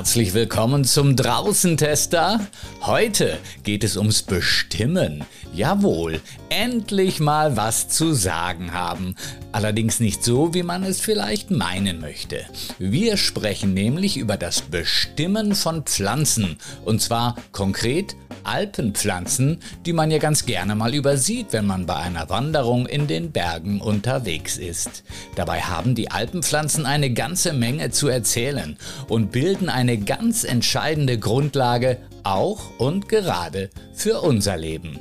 Herzlich willkommen zum Draußentester. Heute geht es ums Bestimmen. Jawohl, endlich mal was zu sagen haben. Allerdings nicht so, wie man es vielleicht meinen möchte. Wir sprechen nämlich über das Bestimmen von Pflanzen. Und zwar konkret Alpenpflanzen, die man ja ganz gerne mal übersieht, wenn man bei einer Wanderung in den Bergen unterwegs ist. Dabei haben die Alpenpflanzen eine ganze Menge zu erzählen und bilden eine ganz entscheidende Grundlage auch und gerade für unser Leben.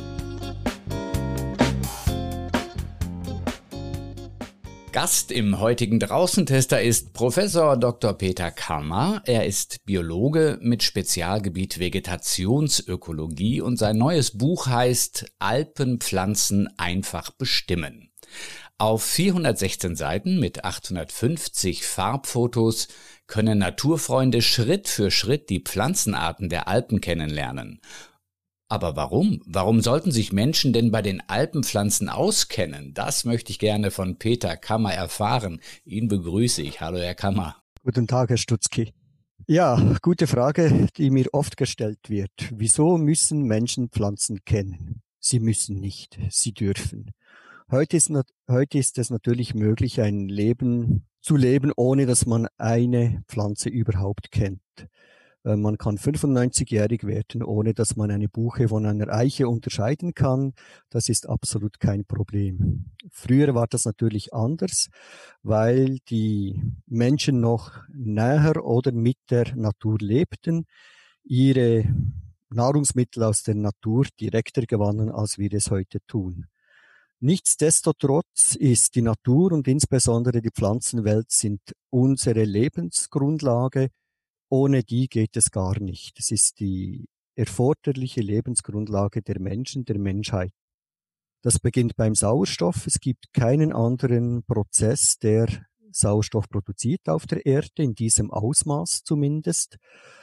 Gast im heutigen Draußentester ist Professor Dr. Peter Kammer. Er ist Biologe mit Spezialgebiet Vegetationsökologie und sein neues Buch heißt Alpenpflanzen einfach bestimmen. Auf 416 Seiten mit 850 Farbfotos können Naturfreunde Schritt für Schritt die Pflanzenarten der Alpen kennenlernen. Aber warum? Warum sollten sich Menschen denn bei den Alpenpflanzen auskennen? Das möchte ich gerne von Peter Kammer erfahren. Ihn begrüße ich. Hallo, Herr Kammer. Guten Tag, Herr Stutzki. Ja, gute Frage, die mir oft gestellt wird. Wieso müssen Menschen Pflanzen kennen? Sie müssen nicht, sie dürfen. Heute ist es natürlich möglich, ein Leben zu leben, ohne dass man eine Pflanze überhaupt kennt. Man kann 95-jährig werden, ohne dass man eine Buche von einer Eiche unterscheiden kann. Das ist absolut kein Problem. Früher war das natürlich anders, weil die Menschen noch näher oder mit der Natur lebten, ihre Nahrungsmittel aus der Natur direkter gewannen, als wir es heute tun. Nichtsdestotrotz ist die Natur und insbesondere die Pflanzenwelt sind unsere Lebensgrundlage. Ohne die geht es gar nicht. Es ist die erforderliche Lebensgrundlage der Menschen, der Menschheit. Das beginnt beim Sauerstoff. Es gibt keinen anderen Prozess, der Sauerstoff produziert auf der Erde, in diesem Ausmaß zumindest.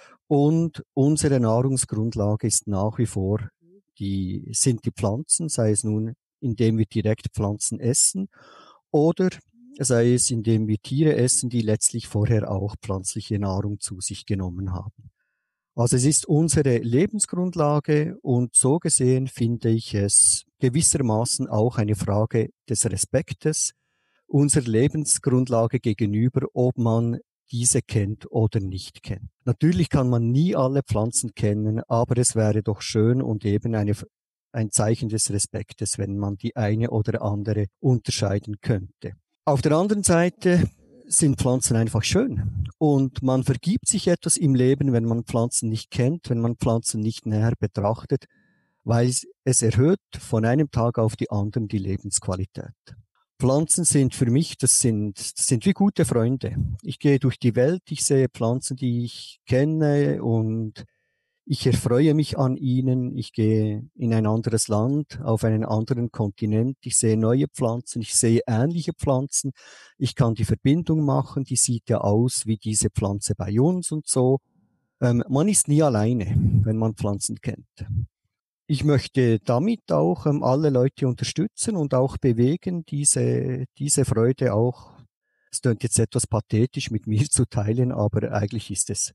Und unsere Nahrungsgrundlage ist nach wie vor sind die Pflanzen, sei es nun, indem wir direkt Pflanzen essen oder sei es, indem wir Tiere essen, die letztlich vorher auch pflanzliche Nahrung zu sich genommen haben. Also es ist unsere Lebensgrundlage und so gesehen finde ich es gewissermaßen auch eine Frage des Respektes unserer Lebensgrundlage gegenüber, ob man diese kennt oder nicht kennt. Natürlich kann man nie alle Pflanzen kennen, aber es wäre doch schön und eben ein Zeichen des Respektes, wenn man die eine oder andere unterscheiden könnte. Auf der anderen Seite sind Pflanzen einfach schön und man vergibt sich etwas im Leben, wenn man Pflanzen nicht kennt, wenn man Pflanzen nicht näher betrachtet, weil es erhöht von einem Tag auf die anderen die Lebensqualität. Pflanzen sind für mich, das sind wie gute Freunde. Ich gehe durch die Welt, ich sehe Pflanzen, die ich kenne und ich erfreue mich an ihnen, ich gehe in ein anderes Land, auf einen anderen Kontinent, ich sehe neue Pflanzen, ich sehe ähnliche Pflanzen, ich kann die Verbindung machen, die sieht ja aus wie diese Pflanze bei uns und so. Man ist nie alleine, wenn man Pflanzen kennt. Ich möchte damit auch alle Leute unterstützen und auch bewegen, diese Freude auch, es klingt jetzt etwas pathetisch mit mir zu teilen, aber eigentlich ist das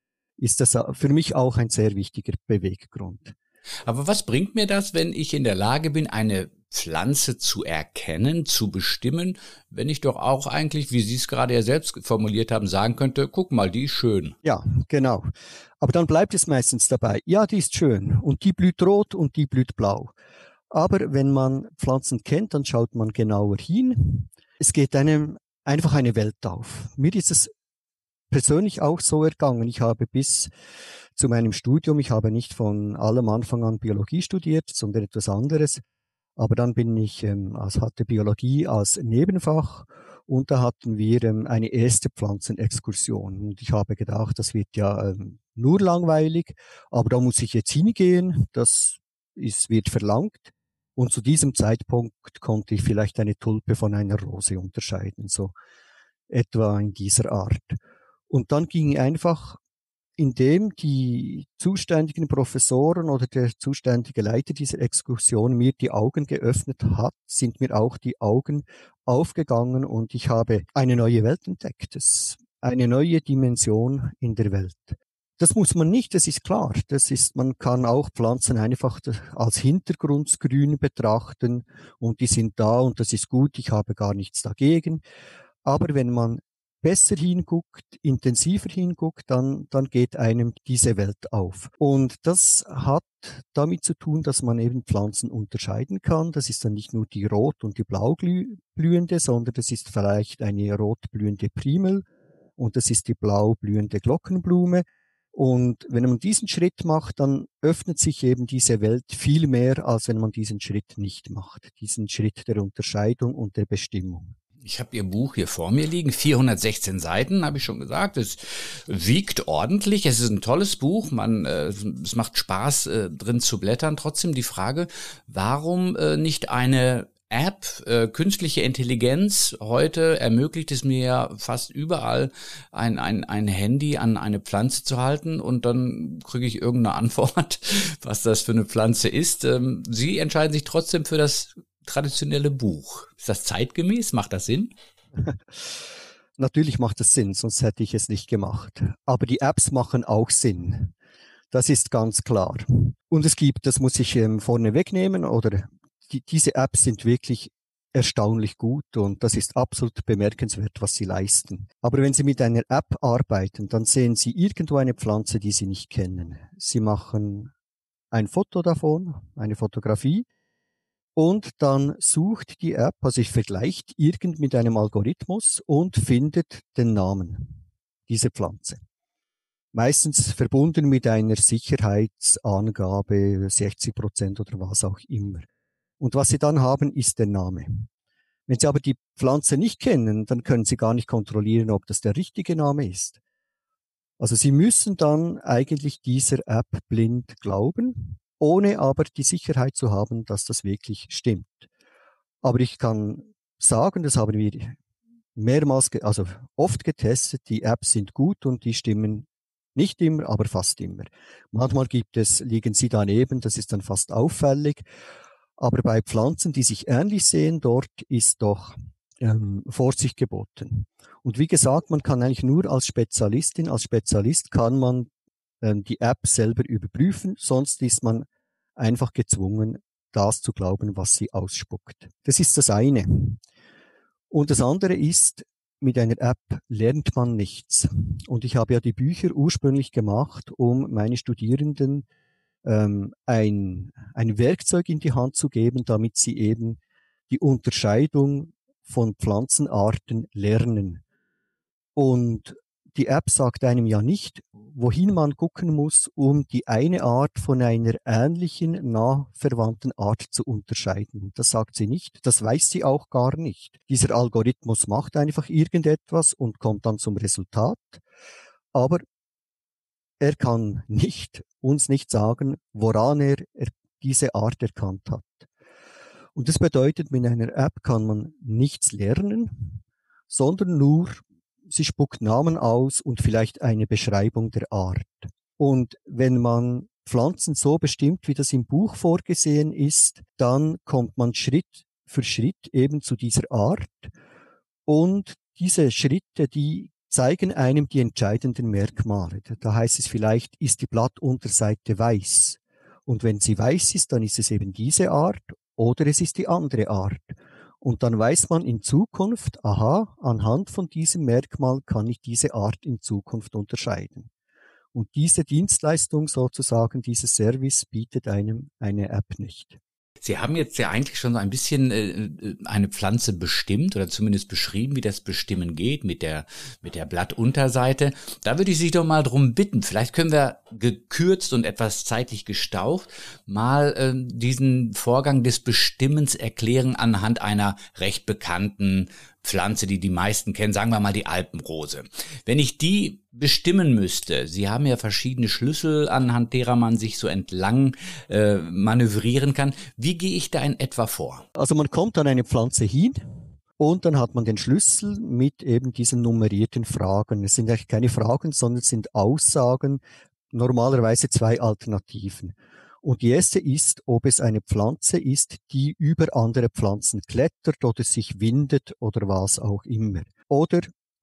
für mich auch ein sehr wichtiger Beweggrund. Aber was bringt mir das, wenn ich in der Lage bin, eine Pflanze zu erkennen, zu bestimmen, wenn ich doch auch eigentlich, wie Sie es gerade ja selbst formuliert haben, sagen könnte, guck mal, die ist schön. Ja, genau. Aber dann bleibt es meistens dabei, ja, die ist schön und die blüht rot und die blüht blau. Aber wenn man Pflanzen kennt, dann schaut man genauer hin. Es geht einem einfach eine Welt auf. Mir ist es persönlich auch so ergangen. Ich habe bis zu meinem Studium, ich habe nicht von allem Anfang an Biologie studiert, sondern etwas anderes. Aber dann hatte Biologie als Nebenfach und da hatten wir eine erste Pflanzenexkursion. Und ich habe gedacht, das wird ja nur langweilig, aber da muss ich jetzt hingehen, wird verlangt. Und zu diesem Zeitpunkt konnte ich vielleicht eine Tulpe von einer Rose unterscheiden, so etwa in dieser Art. Und dann ging einfach, indem die zuständigen Professoren oder der zuständige Leiter dieser Exkursion mir die Augen geöffnet hat, sind mir auch die Augen aufgegangen und ich habe eine neue Welt entdeckt. eine neue Dimension in der Welt. Das muss man nicht, das ist klar. Man kann auch Pflanzen einfach als Hintergrundgrün betrachten und die sind da und das ist gut, ich habe gar nichts dagegen. Aber wenn man besser hinguckt, intensiver hinguckt, dann geht einem diese Welt auf. Und das hat damit zu tun, dass man eben Pflanzen unterscheiden kann. Das ist dann nicht nur die rot- und die blaublühende, sondern das ist vielleicht eine rotblühende Primel und das ist die blau blühende Glockenblume. Und wenn man diesen Schritt macht, dann öffnet sich eben diese Welt viel mehr, als wenn man diesen Schritt nicht macht. Diesen Schritt der Unterscheidung und der Bestimmung. Ich habe Ihr Buch hier vor mir liegen, 416 Seiten, habe ich schon gesagt. Es wiegt ordentlich, es ist ein tolles Buch, es macht Spaß, drin zu blättern. Trotzdem die Frage, warum nicht eine App, künstliche Intelligenz? Heute ermöglicht es mir ja fast überall ein Handy an eine Pflanze zu halten und dann kriege ich irgendeine Antwort, was das für eine Pflanze ist. Sie entscheiden sich trotzdem für das traditionelle Buch. Ist das zeitgemäß? Macht das Sinn? Natürlich macht das Sinn, sonst hätte ich es nicht gemacht. Aber die Apps machen auch Sinn. Das ist ganz klar. Und das muss ich vorne wegnehmen, diese Apps sind wirklich erstaunlich gut und das ist absolut bemerkenswert, was sie leisten. Aber wenn Sie mit einer App arbeiten, dann sehen Sie irgendwo eine Pflanze, die Sie nicht kennen. Sie machen ein Foto davon, eine Fotografie, und dann sucht die App, also ich vergleicht irgend mit einem Algorithmus und findet den Namen dieser Pflanze. Meistens verbunden mit einer Sicherheitsangabe, 60% oder was auch immer. Und was Sie dann haben, ist der Name. Wenn Sie aber die Pflanze nicht kennen, dann können Sie gar nicht kontrollieren, ob das der richtige Name ist. Also Sie müssen dann eigentlich dieser App blind glauben, ohne aber die Sicherheit zu haben, dass das wirklich stimmt. Aber ich kann sagen, das haben wir also oft getestet, die Apps sind gut und die stimmen nicht immer, aber fast immer. Manchmal liegen sie daneben, das ist dann fast auffällig. Aber bei Pflanzen, die sich ähnlich sehen, dort ist doch Vorsicht geboten. Und wie gesagt, man kann eigentlich nur als Spezialist kann man die App selber überprüfen, sonst ist man einfach gezwungen, das zu glauben, was sie ausspuckt. Das ist das eine. Und das andere ist, mit einer App lernt man nichts. Und ich habe ja die Bücher ursprünglich gemacht, um meine Studierenden ein Werkzeug in die Hand zu geben, damit sie eben die Unterscheidung von Pflanzenarten lernen. Und die App sagt einem ja nicht, wohin man gucken muss, um die eine Art von einer ähnlichen, nah verwandten Art zu unterscheiden. Das sagt sie nicht, das weiß sie auch gar nicht. Dieser Algorithmus macht einfach irgendetwas und kommt dann zum Resultat, aber er kann uns nicht sagen, woran er diese Art erkannt hat. Und das bedeutet, mit einer App kann man nichts lernen, sondern nur, sie spuckt Namen aus und vielleicht eine Beschreibung der Art. Und wenn man Pflanzen so bestimmt, wie das im Buch vorgesehen ist, dann kommt man Schritt für Schritt eben zu dieser Art. Und diese Schritte, die zeigen einem die entscheidenden Merkmale. Da heißt es vielleicht, ist die Blattunterseite weiß? Und wenn sie weiß ist, dann ist es eben diese Art oder es ist die andere Art. Und dann weiß man in Zukunft, aha, anhand von diesem Merkmal kann ich diese Art in Zukunft unterscheiden. Und diese Dienstleistung sozusagen, dieses Service bietet einem eine App nicht. Sie haben jetzt ja eigentlich schon so ein bisschen eine Pflanze bestimmt oder zumindest beschrieben, wie das Bestimmen geht mit der Blattunterseite. Da würde ich Sie doch mal drum bitten, vielleicht können wir gekürzt und etwas zeitlich gestaucht mal diesen Vorgang des Bestimmens erklären anhand einer recht bekannten Pflanze, die die meisten kennen, sagen wir mal die Alpenrose. Wenn ich die bestimmen müsste, Sie haben ja verschiedene Schlüssel, anhand derer man sich so entlang manövrieren kann. Wie gehe ich da in etwa vor? Also man kommt an eine Pflanze hin und dann hat man den Schlüssel mit eben diesen nummerierten Fragen. Es sind eigentlich keine Fragen, sondern es sind Aussagen, normalerweise 2 Alternativen. Und die erste ist, ob es eine Pflanze ist, die über andere Pflanzen klettert oder sich windet oder was auch immer. Oder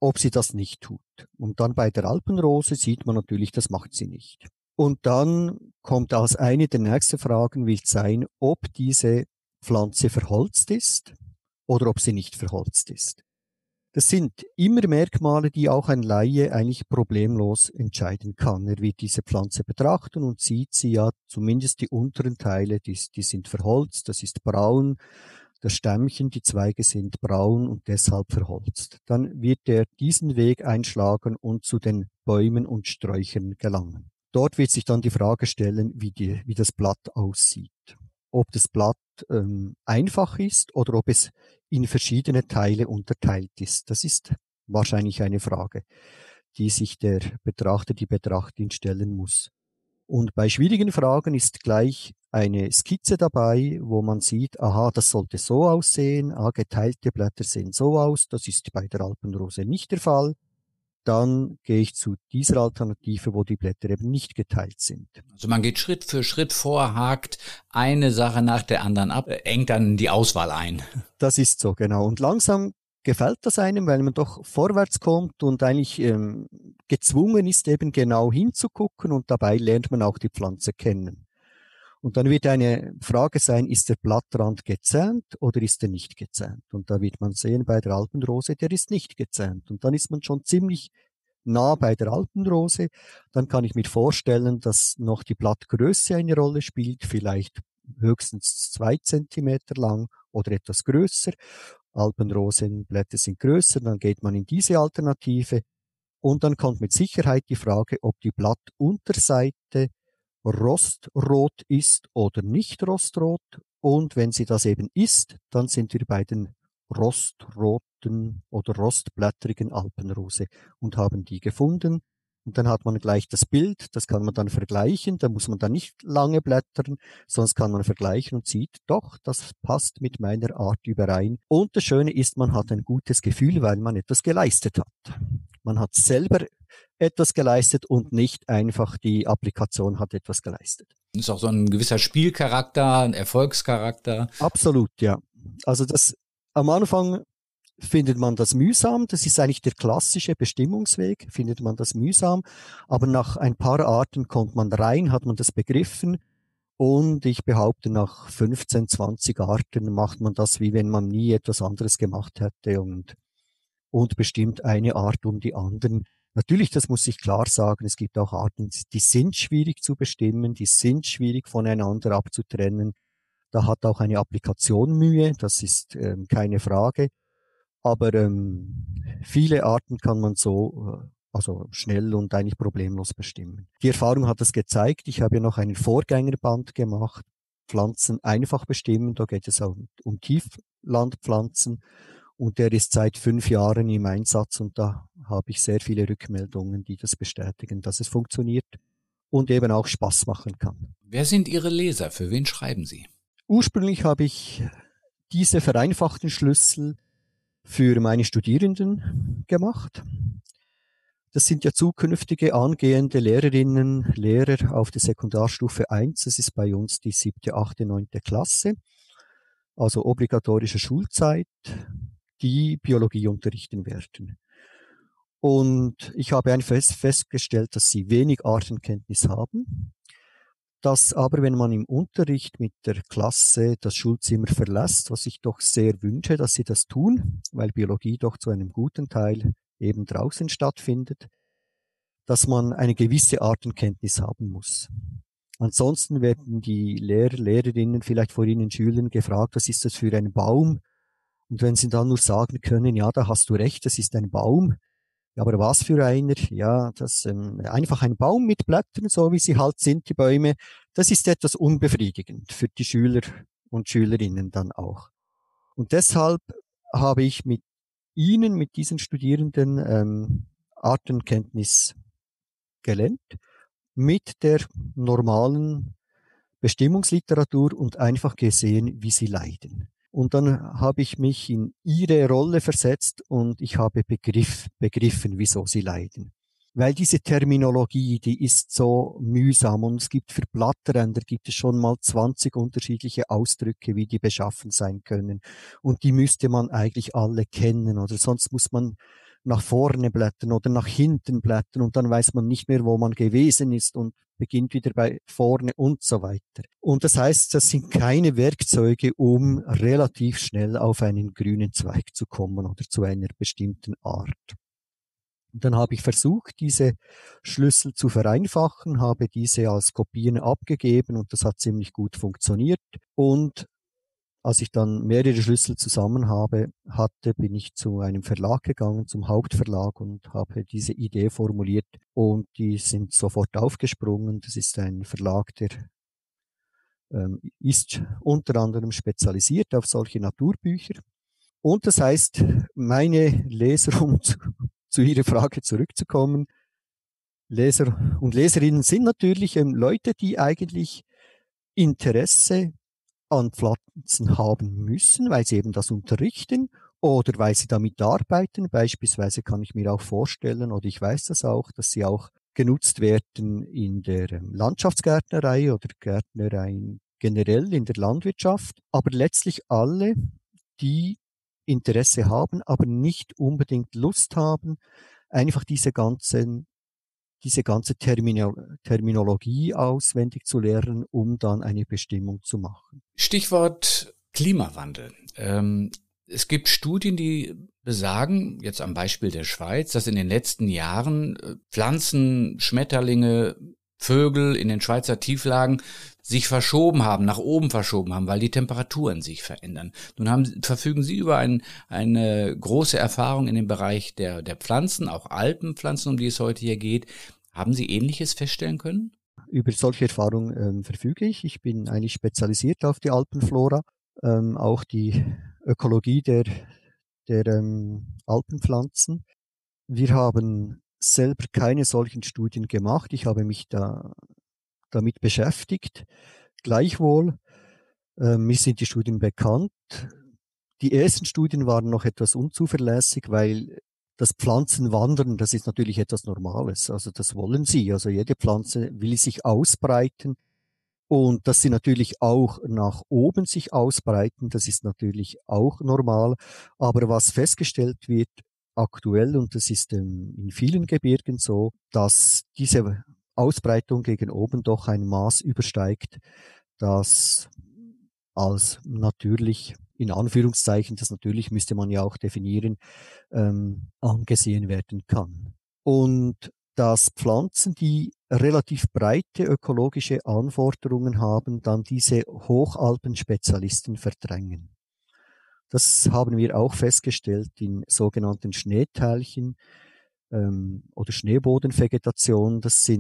ob sie das nicht tut. Und dann bei der Alpenrose sieht man natürlich, das macht sie nicht. Und dann kommt als eine der nächsten Fragen wird sein, ob diese Pflanze verholzt ist oder ob sie nicht verholzt ist. Das sind immer Merkmale, die auch ein Laie eigentlich problemlos entscheiden kann. Er wird diese Pflanze betrachten und sieht sie ja, zumindest die unteren Teile, die sind verholzt, das ist braun, das Stämmchen, die Zweige sind braun und deshalb verholzt. Dann wird er diesen Weg einschlagen und zu den Bäumen und Sträuchern gelangen. Dort wird sich dann die Frage stellen, wie das Blatt aussieht. Ob das Blatt einfach ist oder ob es in verschiedene Teile unterteilt ist. Das ist wahrscheinlich eine Frage, die sich der Betrachter, die Betrachterin stellen muss. Und bei schwierigen Fragen ist gleich eine Skizze dabei, wo man sieht, aha, das sollte so aussehen, geteilte Blätter sehen so aus, das ist bei der Alpenrose nicht der Fall. Dann gehe ich zu dieser Alternative, wo die Blätter eben nicht geteilt sind. Also man geht Schritt für Schritt vor, hakt eine Sache nach der anderen ab, engt dann die Auswahl ein. Das ist so, genau. Und langsam gefällt das einem, weil man doch vorwärts kommt und eigentlich gezwungen ist, eben genau hinzugucken und dabei lernt man auch die Pflanze kennen. Und dann wird eine Frage sein, ist der Blattrand gezähnt oder ist er nicht gezähnt? Und da wird man sehen bei der Alpenrose, der ist nicht gezähnt. Und dann ist man schon ziemlich nah bei der Alpenrose. Dann kann ich mir vorstellen, dass noch die Blattgröße eine Rolle spielt, vielleicht höchstens 2 Zentimeter lang oder etwas größer. Alpenrosenblätter sind größer, dann geht man in diese Alternative. Und dann kommt mit Sicherheit die Frage, ob die Blattunterseite rostrot ist oder nicht rostrot. Und wenn sie das eben ist, dann sind wir bei den rostroten oder rostblättrigen Alpenrose und haben die gefunden. Und dann hat man gleich das Bild, das kann man dann vergleichen, da muss man dann nicht lange blättern, sonst kann man vergleichen und sieht, doch, das passt mit meiner Art überein. Und das Schöne ist, man hat ein gutes Gefühl, weil man etwas geleistet hat. Man hat selber etwas geleistet und nicht einfach die Applikation hat etwas geleistet. Das ist auch so ein gewisser Spielcharakter, ein Erfolgscharakter. Absolut, ja. Also das am Anfang findet man das mühsam. Das ist eigentlich der klassische Bestimmungsweg, findet man das mühsam. Aber nach ein paar Arten kommt man rein, hat man das begriffen. Und ich behaupte, nach 15, 20 Arten macht man das, wie wenn man nie etwas anderes gemacht hätte und bestimmt eine Art um die anderen. Natürlich, das muss ich klar sagen, es gibt auch Arten, die sind schwierig zu bestimmen, die sind schwierig voneinander abzutrennen. Da hat auch eine Applikation Mühe, das ist keine Frage. Aber viele Arten kann man so also schnell und eigentlich problemlos bestimmen. Die Erfahrung hat es gezeigt. Ich habe ja noch einen Vorgängerband gemacht, Pflanzen einfach bestimmen. Da geht es auch um Tieflandpflanzen. Und der ist seit 5 Jahren im Einsatz und da habe ich sehr viele Rückmeldungen, die das bestätigen, dass es funktioniert und eben auch Spaß machen kann. Wer sind Ihre Leser? Für wen schreiben Sie? Ursprünglich habe ich diese vereinfachten Schlüssel für meine Studierenden gemacht. Das sind ja zukünftige angehende Lehrerinnen, Lehrer auf der Sekundarstufe 1. Das ist bei uns die 7., 8., 9. Klasse, also obligatorische Schulzeit, die Biologie unterrichten werden. Und ich habe einfach festgestellt, dass sie wenig Artenkenntnis haben, dass aber, wenn man im Unterricht mit der Klasse das Schulzimmer verlässt, was ich doch sehr wünsche, dass sie das tun, weil Biologie doch zu einem guten Teil eben draußen stattfindet, dass man eine gewisse Artenkenntnis haben muss. Ansonsten werden die Lehrer, Lehrerinnen vielleicht vor ihren Schülern gefragt, was ist das für ein Baum? Und wenn sie dann nur sagen können, ja, da hast du recht, das ist ein Baum, ja, aber was für einer? Ja, das einfach ein Baum mit Blättern, so wie sie halt sind, die Bäume, das ist etwas unbefriedigend für die Schüler und Schülerinnen dann auch. Und deshalb habe ich mit Ihnen, mit diesen Studierenden Artenkenntnis gelernt, mit der normalen Bestimmungsliteratur und einfach gesehen, wie sie leiden. Und dann habe ich mich in ihre Rolle versetzt und ich habe begriffen, wieso sie leiden. Weil diese Terminologie, die ist so mühsam und es gibt für Blattränder gibt es schon mal 20 unterschiedliche Ausdrücke, wie die beschaffen sein können. Und die müsste man eigentlich alle kennen oder sonst muss man nach vorne blättern oder nach hinten blättern und dann weiß man nicht mehr, wo man gewesen ist und beginnt wieder bei vorne und so weiter. Und das heißt, das sind keine Werkzeuge, um relativ schnell auf einen grünen Zweig zu kommen oder zu einer bestimmten Art. Und dann habe ich versucht, diese Schlüssel zu vereinfachen, habe diese als Kopien abgegeben und das hat ziemlich gut funktioniert. Und als ich dann mehrere Schlüssel zusammen hatte, bin ich zu einem Verlag gegangen, zum Hauptverlag und habe diese Idee formuliert und die sind sofort aufgesprungen. Das ist ein Verlag, der ist unter anderem spezialisiert auf solche Naturbücher. Und das heißt, meine Leser, um zu Ihrer Frage zurückzukommen, Leser und Leserinnen sind natürlich Leute, die eigentlich Interesse an Pflanzen haben müssen, weil sie eben das unterrichten oder weil sie damit arbeiten. Beispielsweise kann ich mir auch vorstellen, oder ich weiß das auch, dass sie auch genutzt werden in der Landschaftsgärtnerei oder Gärtnerei generell in der Landwirtschaft. Aber letztlich alle, die Interesse haben, aber nicht unbedingt Lust haben, einfach diese ganze Terminologie auswendig zu lernen, um dann eine Bestimmung zu machen. Stichwort Klimawandel. Es gibt Studien, die besagen, jetzt am Beispiel der Schweiz, dass in den letzten Jahren Pflanzen, Schmetterlinge, Vögel in den Schweizer Tieflagen sich verschoben haben, nach oben verschoben haben, weil die Temperaturen sich verändern. Nun verfügen Sie über eine große Erfahrung in dem Bereich der Pflanzen, auch Alpenpflanzen, um die es heute hier geht. Haben Sie Ähnliches feststellen können? Über solche Erfahrungen verfüge ich. Ich bin eigentlich spezialisiert auf die Alpenflora, auch die Ökologie der Alpenpflanzen. Wir haben selber keine solchen Studien gemacht. Ich habe mich damit beschäftigt. Gleichwohl, mir sind die Studien bekannt. Die ersten Studien waren noch etwas unzuverlässig, weil das Pflanzenwandern, das ist natürlich etwas Normales. Also das wollen sie. Also jede Pflanze will sich ausbreiten. Und dass sie natürlich auch nach oben sich ausbreiten, das ist natürlich auch normal. Aber was festgestellt wird aktuell, und das ist in vielen Gebirgen so, dass diese Ausbreitung gegen oben doch ein Maß übersteigt, das als natürlich, in Anführungszeichen, das natürlich müsste man ja auch definieren, angesehen werden kann. Und dass Pflanzen, die relativ breite ökologische Anforderungen haben, dann diese Hochalpenspezialisten verdrängen. Das haben wir auch festgestellt in sogenannten Schneeteilchen oder Schneebodenvegetation.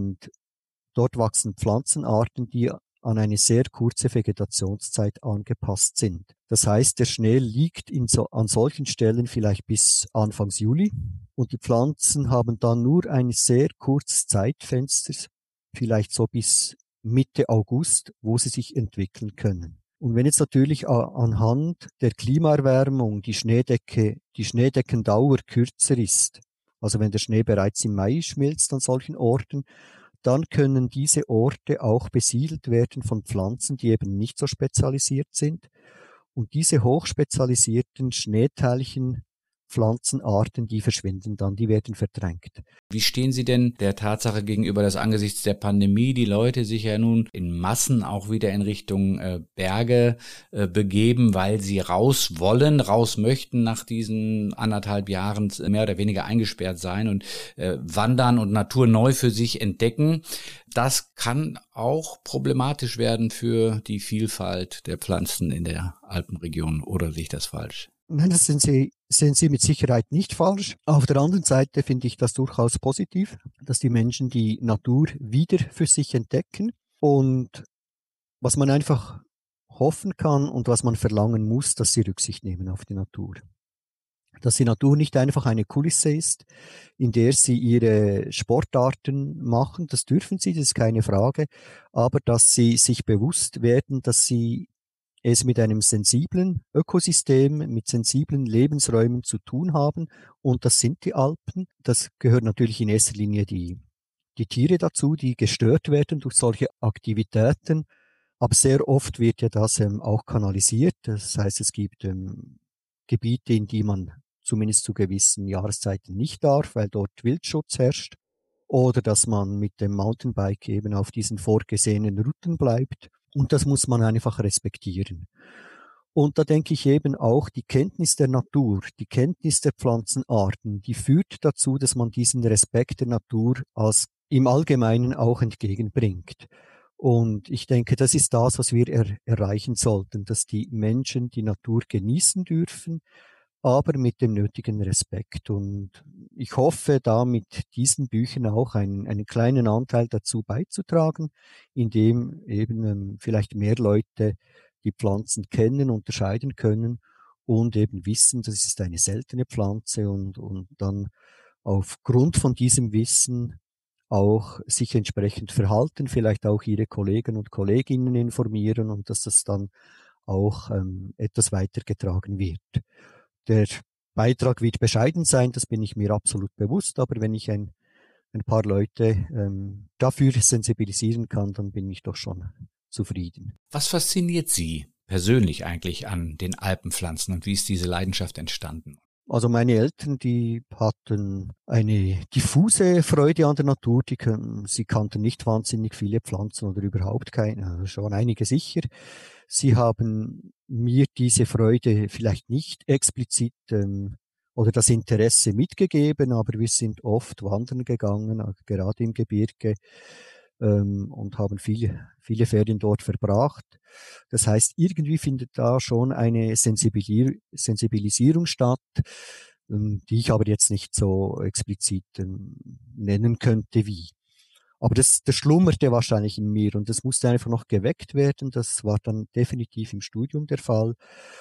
Dort wachsen Pflanzenarten, die an eine sehr kurze Vegetationszeit angepasst sind. Das heißt, der Schnee liegt an solchen Stellen vielleicht bis Anfang Juli und die Pflanzen haben dann nur ein sehr kurzes Zeitfenster, vielleicht so bis Mitte August, wo sie sich entwickeln können. Und wenn jetzt natürlich anhand der Klimaerwärmung die Schneedeckendauer kürzer ist, also wenn der Schnee bereits im Mai schmilzt an solchen Orten, dann können diese Orte auch besiedelt werden von Pflanzen, die eben nicht so spezialisiert sind. Und diese hochspezialisierten Schneeteilchen, Pflanzenarten, die verschwinden dann, die werden verdrängt. Wie stehen Sie denn der Tatsache gegenüber, dass angesichts der Pandemie die Leute sich ja nun in Massen auch wieder in Richtung Berge begeben, weil sie raus wollen, raus möchten nach diesen 1,5 Jahren mehr oder weniger eingesperrt sein und wandern und Natur neu für sich entdecken? Das kann auch problematisch werden für die Vielfalt der Pflanzen in der Alpenregion, oder sehe ich das falsch? Nein, das sehen Sie mit Sicherheit nicht falsch. Auf der anderen Seite finde ich das durchaus positiv, dass die Menschen die Natur wieder für sich entdecken. Und was man einfach hoffen kann und was man verlangen muss, dass sie Rücksicht nehmen auf die Natur. Dass die Natur nicht einfach eine Kulisse ist, in der sie ihre Sportarten machen, das dürfen sie, das ist keine Frage, aber dass sie sich bewusst werden, dass sie es mit einem sensiblen Ökosystem, mit sensiblen Lebensräumen zu tun haben. Und das sind die Alpen. Das gehört natürlich in erster Linie die Tiere dazu, die gestört werden durch solche Aktivitäten. Aber sehr oft wird ja das auch kanalisiert. Das heißt, es gibt Gebiete, in die man zumindest zu gewissen Jahreszeiten nicht darf, weil dort Wildschutz herrscht. Oder dass man mit dem Mountainbike eben auf diesen vorgesehenen Routen bleibt. Und das muss man einfach respektieren. Und da denke ich eben auch, die Kenntnis der Natur, die Kenntnis der Pflanzenarten, die führt dazu, dass man diesen Respekt der Natur als im Allgemeinen auch entgegenbringt. Und ich denke, das ist das, was wir erreichen sollten, dass die Menschen die Natur genießen dürfen, aber mit dem nötigen Respekt. Und ich hoffe, da mit diesen Büchern auch einen kleinen Anteil dazu beizutragen, indem eben vielleicht mehr Leute die Pflanzen kennen, unterscheiden können und eben wissen, das ist eine seltene Pflanze und dann aufgrund von diesem Wissen auch sich entsprechend verhalten, vielleicht auch ihre Kollegen und Kolleginnen informieren und dass das dann auch etwas weitergetragen wird. Der Beitrag wird bescheiden sein, das bin ich mir absolut bewusst, aber wenn ich ein paar Leute dafür sensibilisieren kann, dann bin ich doch schon zufrieden. Was fasziniert Sie persönlich eigentlich an den Alpenpflanzen und wie ist diese Leidenschaft entstanden? Also meine Eltern, die hatten eine diffuse Freude an der Natur. Sie kannten nicht wahnsinnig viele Pflanzen oder überhaupt keine, schon einige sicher. Sie haben mir diese Freude vielleicht nicht explizit oder das Interesse mitgegeben, aber wir sind oft wandern gegangen, gerade im Gebirge, und haben viele Ferien dort verbracht. Das heißt, irgendwie findet da schon eine Sensibilisierung statt, die ich aber jetzt nicht so explizit nennen könnte wie. Aber das schlummerte wahrscheinlich in mir und das musste einfach noch geweckt werden. Das war dann definitiv im Studium der Fall,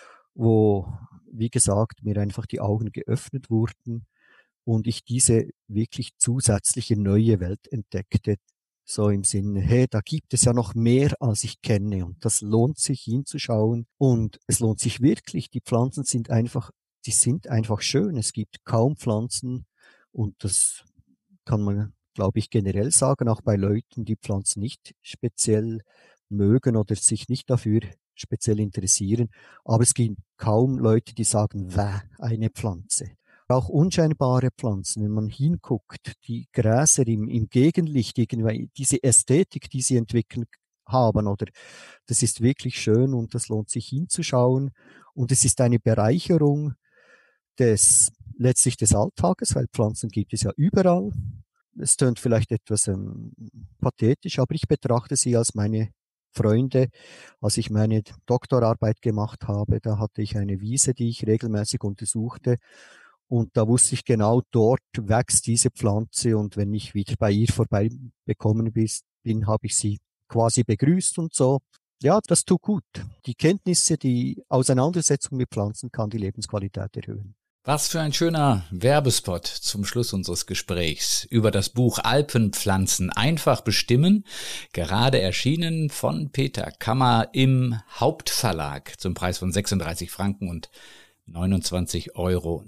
wo, wie gesagt, mir einfach die Augen geöffnet wurden und ich diese wirklich zusätzliche neue Welt entdeckte. So im Sinne, hey, da gibt es ja noch mehr, als ich kenne und das lohnt sich hinzuschauen und es lohnt sich wirklich. Die Pflanzen sind einfach schön. Es gibt kaum Pflanzen und das kann man, glaube ich, generell sagen, auch bei Leuten, die Pflanzen nicht speziell mögen oder sich nicht dafür speziell interessieren. Aber es gibt kaum Leute, die sagen, eine Pflanze. Auch unscheinbare Pflanzen, wenn man hinguckt, die Gräser im Gegenlicht, irgendwie diese Ästhetik, die sie entwickeln haben, oder das ist wirklich schön und das lohnt sich hinzuschauen. Und es ist eine Bereicherung letztlich des Alltages, weil Pflanzen gibt es ja überall. Es tönt vielleicht etwas pathetisch, aber ich betrachte sie als meine Freunde. Als ich meine Doktorarbeit gemacht habe, da hatte ich eine Wiese, die ich regelmäßig untersuchte. Und da wusste ich genau, dort wächst diese Pflanze und wenn ich wieder bei ihr vorbeigekommen bin, habe ich sie quasi begrüßt und so. Ja, das tut gut. Die Kenntnisse, die Auseinandersetzung mit Pflanzen kann die Lebensqualität erhöhen. Was für ein schöner Werbespot zum Schluss unseres Gesprächs über das Buch Alpenpflanzen einfach bestimmen, gerade erschienen von Peter Kammer im Hauptverlag zum Preis von 36 Franken und 29,90 Euro.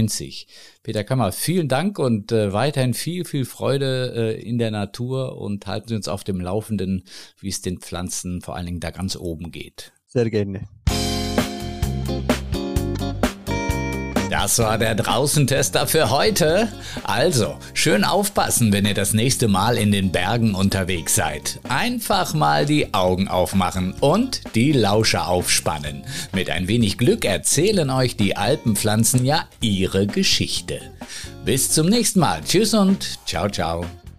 Peter Kammer, vielen Dank und weiterhin viel Freude in der Natur und halten Sie uns auf dem Laufenden, wie es den Pflanzen vor allen Dingen da ganz oben geht. Sehr gerne. Das war der Draußentester für heute. Also, schön aufpassen, wenn ihr das nächste Mal in den Bergen unterwegs seid. Einfach mal die Augen aufmachen und die Lauscher aufspannen. Mit ein wenig Glück erzählen euch die Alpenpflanzen ja ihre Geschichte. Bis zum nächsten Mal. Tschüss und ciao.